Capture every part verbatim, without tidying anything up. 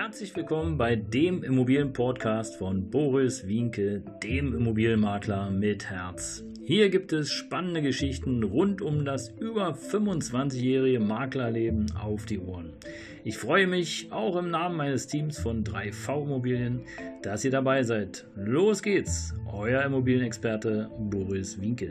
Herzlich willkommen bei dem Immobilienpodcast von Boris Wienke, dem Immobilienmakler mit Herz. Hier gibt es spannende Geschichten rund um das über fünfundzwanzigjährige Maklerleben auf die Ohren. Ich freue mich auch im Namen meines Teams von drei V Immobilien, dass ihr dabei seid. Los geht's, euer Immobilienexperte Boris Wienke.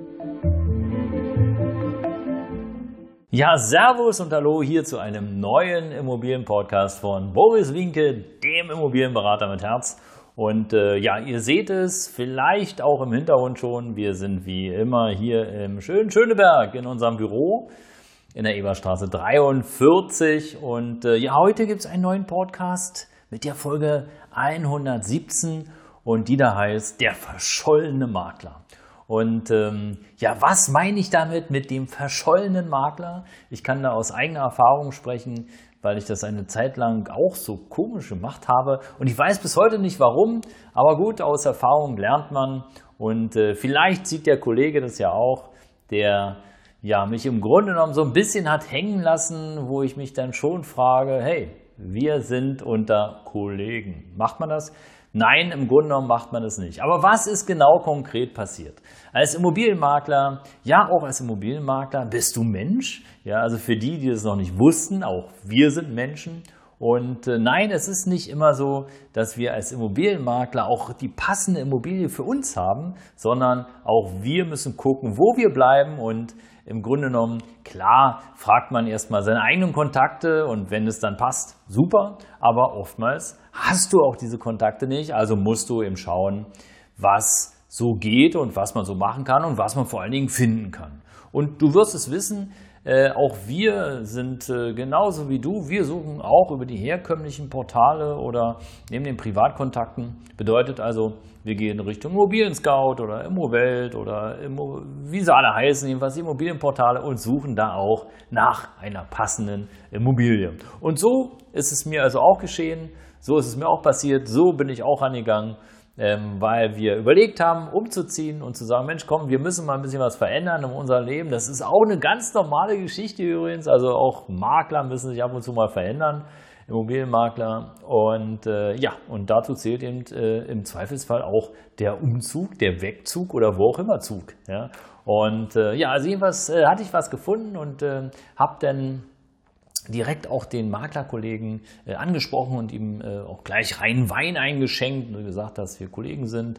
Ja, Servus und Hallo hier zu einem neuen Immobilienpodcast von Boris Wienke, dem Immobilienberater mit Herz. Und äh, ja, ihr seht es vielleicht auch im Hintergrund schon. Wir sind wie immer hier im schönen Schöneberg in unserem Büro in der Eberstraße dreiundvierzig. Und äh, ja, heute gibt es einen neuen Podcast mit der Folge hundertsiebzehn und die da heißt Der verschollene Makler. Und ähm, ja, was meine ich damit mit dem verschollenen Makler? Ich kann da aus eigener Erfahrung sprechen, weil ich das eine Zeit lang auch so komisch gemacht habe. Und ich weiß bis heute nicht warum, aber gut, aus Erfahrung lernt man. Und äh, vielleicht sieht der Kollege das ja auch, der ja mich im Grunde genommen so ein bisschen hat hängen lassen, wo ich mich dann schon frage, hey, wir sind unter Kollegen. Macht man das? Nein, im Grunde genommen macht man das nicht. Aber was ist genau konkret passiert? Als Immobilienmakler, ja auch als Immobilienmakler, bist du Mensch? Ja, also für die, die das noch nicht wussten, auch wir sind Menschen. Und äh, nein, es ist nicht immer so, dass wir als Immobilienmakler auch die passende Immobilie für uns haben, sondern auch wir müssen gucken, wo wir bleiben. Und im Grunde genommen, klar, fragt man erstmal seine eigenen Kontakte und wenn es dann passt, super. Aber oftmals hast du auch diese Kontakte nicht, also musst du eben schauen, was so geht und was man so machen kann und was man vor allen Dingen finden kann. Und du wirst es wissen, äh, auch wir sind äh, genauso wie du, wir suchen auch über die herkömmlichen Portale oder neben den Privatkontakten. Bedeutet also, wir gehen Richtung Immobilien-Scout oder Immowelt oder Immo, wie sie alle heißen, jedenfalls Immobilienportale und suchen da auch nach einer passenden Immobilie. Und so ist es mir also auch geschehen, so ist es mir auch passiert, so bin ich auch angegangen. Ähm, weil wir überlegt haben, umzuziehen und zu sagen, Mensch, komm, wir müssen mal ein bisschen was verändern in unserem Leben. Das ist auch eine ganz normale Geschichte übrigens. Also auch Makler müssen sich ab und zu mal verändern, Immobilienmakler. Und äh, ja, und dazu zählt eben äh, im Zweifelsfall auch der Umzug, der Wegzug oder wo auch immer Zug. Ja? Und äh, ja, also jedenfalls äh, hatte ich was gefunden und äh, habe dann direkt auch den Maklerkollegen äh, angesprochen und ihm äh, auch gleich reinen Wein eingeschenkt und gesagt, dass wir Kollegen sind.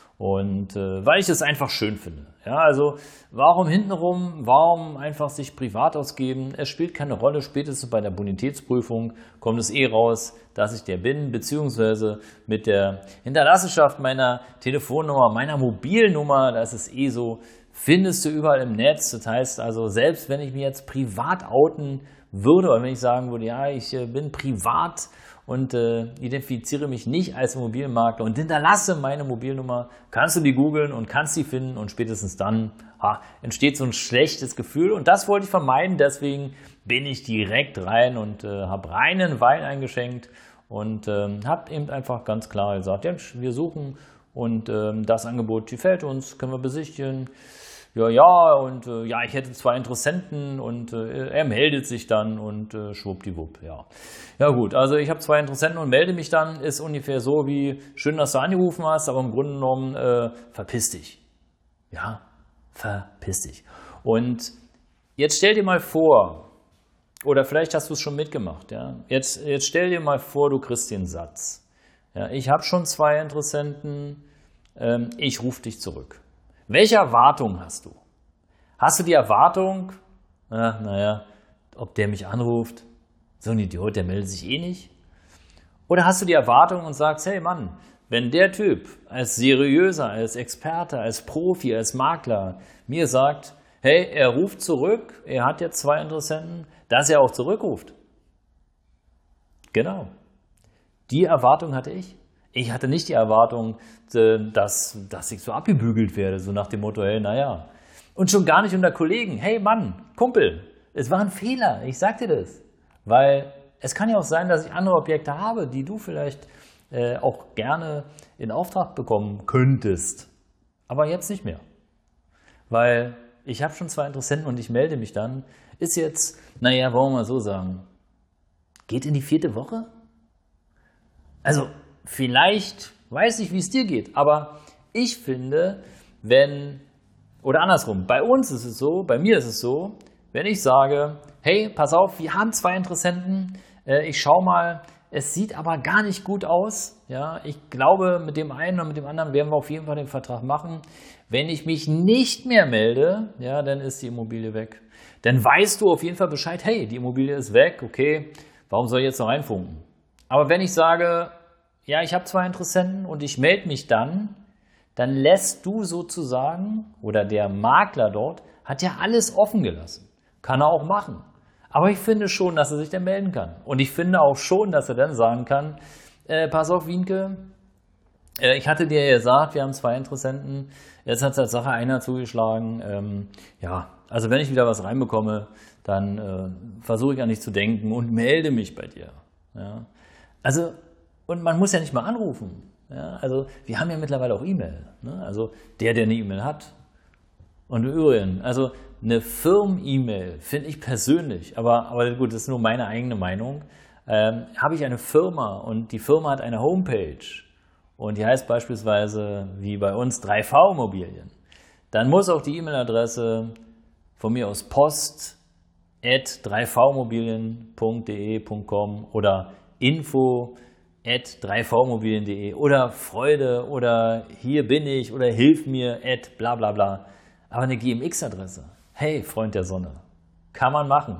Und äh, weil ich es einfach schön finde. Ja, also warum hintenrum, warum einfach sich privat ausgeben? Es spielt keine Rolle, spätestens bei der Bonitätsprüfung kommt es eh raus, dass ich der bin, beziehungsweise mit der Hinterlassenschaft meiner Telefonnummer, meiner Mobilnummer, das ist eh so, findest du überall im Netz. Das heißt also, selbst wenn ich mich jetzt privat outen würde, oder wenn ich sagen würde, ja, ich äh, bin privat und äh, identifiziere mich nicht als Immobilienmakler und hinterlasse meine Mobilnummer, kannst du die googeln und kannst sie finden und spätestens dann ha, entsteht so ein schlechtes Gefühl und das wollte ich vermeiden, deswegen bin ich direkt rein und äh, habe reinen Wein eingeschenkt und äh, habe eben einfach ganz klar gesagt, ja, wir suchen und äh, das Angebot gefällt uns, können wir besichtigen. Ja, ja, und äh, ja, ich hätte zwei Interessenten und äh, er meldet sich dann und äh, schwuppdiwupp, ja. Ja gut, also ich habe zwei Interessenten und melde mich dann, ist ungefähr so wie, schön, dass du angerufen hast, aber im Grunde genommen, äh, verpiss dich. Ja, verpiss dich. Und jetzt stell dir mal vor, oder vielleicht hast du es schon mitgemacht, ja. Jetzt, jetzt stell dir mal vor, du kriegst den Satz. Ja, ich habe schon zwei Interessenten, ähm, ich rufe dich zurück. Welche Erwartung hast du? Hast du die Erwartung, na, naja, ob der mich anruft, so ein Idiot, der meldet sich eh nicht? Oder hast du die Erwartung und sagst, hey Mann, wenn der Typ als seriöser, als Experte, als Profi, als Makler mir sagt, hey, er ruft zurück, er hat jetzt zwei Interessenten, dass er auch zurückruft. Genau. Die Erwartung hatte ich. Ich hatte nicht die Erwartung, dass, dass ich so abgebügelt werde, so nach dem Motto, hey, naja. Und schon gar nicht unter Kollegen. Hey Mann, Kumpel, es war ein Fehler, ich sag dir das. Weil es kann ja auch sein, dass ich andere Objekte habe, die du vielleicht äh, auch gerne in Auftrag bekommen könntest. Aber jetzt nicht mehr. Weil ich habe schon zwei Interessenten und ich melde mich dann. Ist jetzt, naja, wollen wir mal so sagen, geht in die vierte Woche? Also vielleicht, weiß ich, wie es dir geht, aber ich finde, wenn, oder andersrum, bei uns ist es so, bei mir ist es so, wenn ich sage, hey, pass auf, wir haben zwei Interessenten, äh, ich schau mal, es sieht aber gar nicht gut aus. Ja, ich glaube, mit dem einen und mit dem anderen werden wir auf jeden Fall den Vertrag machen. Wenn ich mich nicht mehr melde, ja, dann ist die Immobilie weg. Dann weißt du auf jeden Fall Bescheid, hey, die Immobilie ist weg, okay, warum soll ich jetzt noch reinfunken? Aber wenn ich sage, ja, ich habe zwei Interessenten und ich melde mich dann, dann lässt du sozusagen, oder der Makler dort, hat ja alles offen gelassen. Kann er auch machen. Aber ich finde schon, dass er sich dann melden kann. Und ich finde auch schon, dass er dann sagen kann, äh, pass auf, Wienke, äh, ich hatte dir ja gesagt, wir haben zwei Interessenten, jetzt hat Sache einer zugeschlagen. Ähm, ja, also wenn ich wieder was reinbekomme, dann äh, versuche ich an dich zu denken und melde mich bei dir. Ja. Also, und man muss ja nicht mal anrufen. Ja. Also wir haben ja mittlerweile auch E-Mail. Ne? Also der, der eine E-Mail hat. Und im Übrigen, also eine Firmen-E-Mail finde ich persönlich, aber, aber gut, das ist nur meine eigene Meinung, ähm, habe ich eine Firma und die Firma hat eine Homepage und die heißt beispielsweise, wie bei uns, drei V Immobilien. Dann muss auch die E-Mail-Adresse von mir aus post at drei v immobilien punkt de punkt com oder info at drei v immobilien punkt de oder Freude oder hier bin ich oder hilf mir at bla bla bla. Aber eine G M X-Adresse, hey, Freund der Sonne, kann man machen.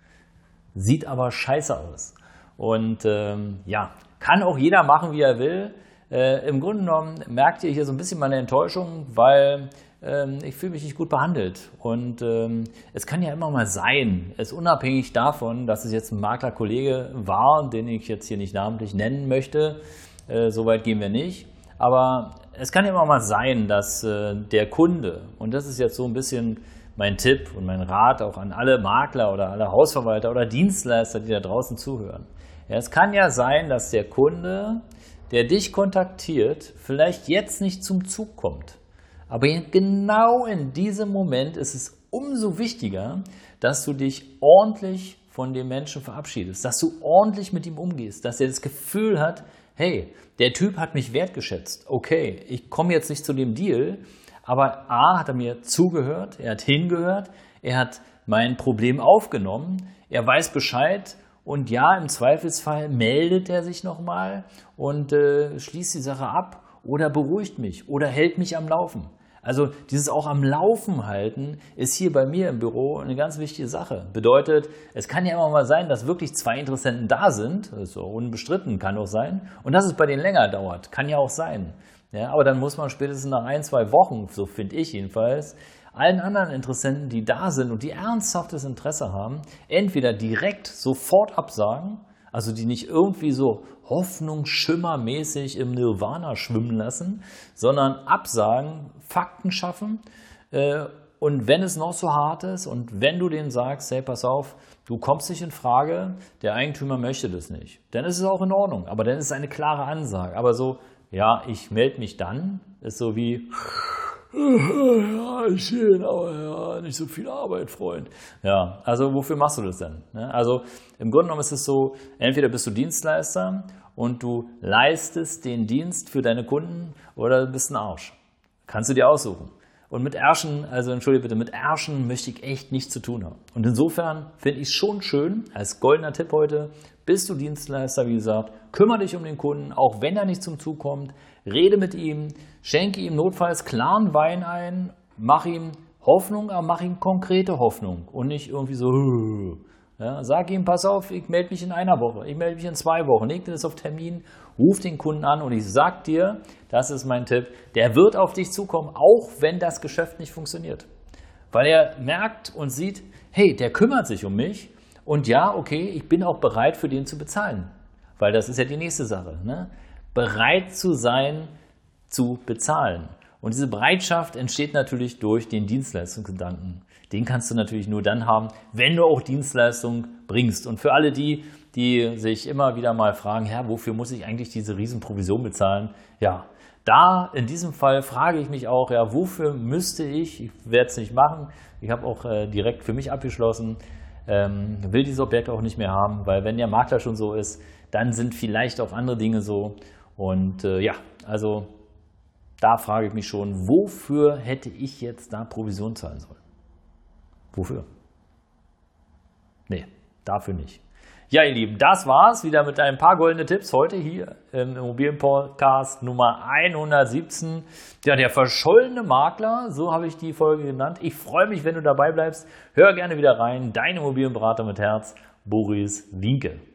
Sieht aber scheiße aus. Und ähm, ja, kann auch jeder machen, wie er will. Äh, Im Grunde genommen merkt ihr hier so ein bisschen meine Enttäuschung, weil ähm, ich fühle mich nicht gut behandelt. Und ähm, es kann ja immer mal sein, es ist unabhängig davon, dass es jetzt ein Maklerkollege war, den ich jetzt hier nicht namentlich nennen möchte. Äh, Soweit gehen wir nicht. Aber es kann ja immer mal sein, dass äh, der Kunde, und das ist jetzt so ein bisschen mein Tipp und mein Rat auch an alle Makler oder alle Hausverwalter oder Dienstleister, die da draußen zuhören. Ja, es kann ja sein, dass der Kunde, der dich kontaktiert, vielleicht jetzt nicht zum Zug kommt. Aber genau in diesem Moment ist es umso wichtiger, dass du dich ordentlich von dem Menschen verabschiedest, dass du ordentlich mit ihm umgehst, dass er das Gefühl hat, hey, der Typ hat mich wertgeschätzt. Okay, ich komme jetzt nicht zu dem Deal, aber A, hat er mir zugehört, er hat hingehört, er hat mein Problem aufgenommen, er weiß Bescheid und ja, im Zweifelsfall meldet er sich nochmal und äh, schließt die Sache ab oder beruhigt mich oder hält mich am Laufen. Also dieses auch am Laufen halten ist hier bei mir im Büro eine ganz wichtige Sache. Bedeutet, es kann ja immer mal sein, dass wirklich zwei Interessenten da sind, das ist so unbestritten, kann auch sein, und dass es bei denen länger dauert, kann ja auch sein. Ja, aber dann muss man spätestens nach ein, zwei Wochen, so finde ich jedenfalls, allen anderen Interessenten, die da sind und die ernsthaftes Interesse haben, entweder direkt sofort absagen, also die nicht irgendwie so hoffnungsschimmermäßig im Nirvana schwimmen lassen, sondern absagen, Fakten schaffen äh, und wenn es noch so hart ist und wenn du denen sagst, hey, pass auf, du kommst nicht in Frage, der Eigentümer möchte das nicht, dann ist es auch in Ordnung, aber dann ist es eine klare Ansage. Aber so, ja, ich melde mich dann, ist so wie, ja, schön, aber ja, nicht so viel Arbeit, Freund. Ja, also wofür machst du das denn? Also im Grunde genommen ist es so, entweder bist du Dienstleister und du leistest den Dienst für deine Kunden oder du bist ein Arsch. Kannst du dir aussuchen. Und mit Ärschen, also entschuldige bitte, mit Ärschen möchte ich echt nichts zu tun haben. Und insofern finde ich es schon schön, als goldener Tipp heute, bist du Dienstleister, wie gesagt, kümmere dich um den Kunden, auch wenn er nicht zum Zug kommt, rede mit ihm, schenke ihm notfalls klaren Wein ein, mach ihm Hoffnung, aber mach ihm konkrete Hoffnung und nicht irgendwie so, ja, sag ihm, pass auf, ich melde mich in einer Woche, ich melde mich in zwei Wochen, leg dir das auf Termin, ruf den Kunden an und ich sag dir, das ist mein Tipp, der wird auf dich zukommen, auch wenn das Geschäft nicht funktioniert. Weil er merkt und sieht, hey, der kümmert sich um mich und ja, okay, ich bin auch bereit für den zu bezahlen. Weil das ist ja die nächste Sache, ne? Bereit zu sein, zu bezahlen. Und diese Bereitschaft entsteht natürlich durch den Dienstleistungsgedanken. Den kannst du natürlich nur dann haben, wenn du auch Dienstleistung bringst. Und für alle die, die sich immer wieder mal fragen, ja, wofür muss ich eigentlich diese Riesenprovision bezahlen? Ja, da in diesem Fall frage ich mich auch, ja, wofür müsste ich, ich werde es nicht machen, ich habe auch äh, direkt für mich abgeschlossen, ähm, will dieses Objekt auch nicht mehr haben, weil wenn der Makler schon so ist, dann sind vielleicht auch andere Dinge so. Und äh, ja, also da frage ich mich schon, wofür hätte ich jetzt da Provision zahlen sollen? Wofür? Nee, dafür nicht. Ja, ihr Lieben, das war's wieder mit ein paar goldene Tipps heute hier im Immobilienpodcast Nummer hundertsiebzehn. Ja, der verschollene Makler, so habe ich die Folge genannt. Ich freue mich, wenn du dabei bleibst. Hör gerne wieder rein. Dein Immobilienberater mit Herz, Boris Wienke.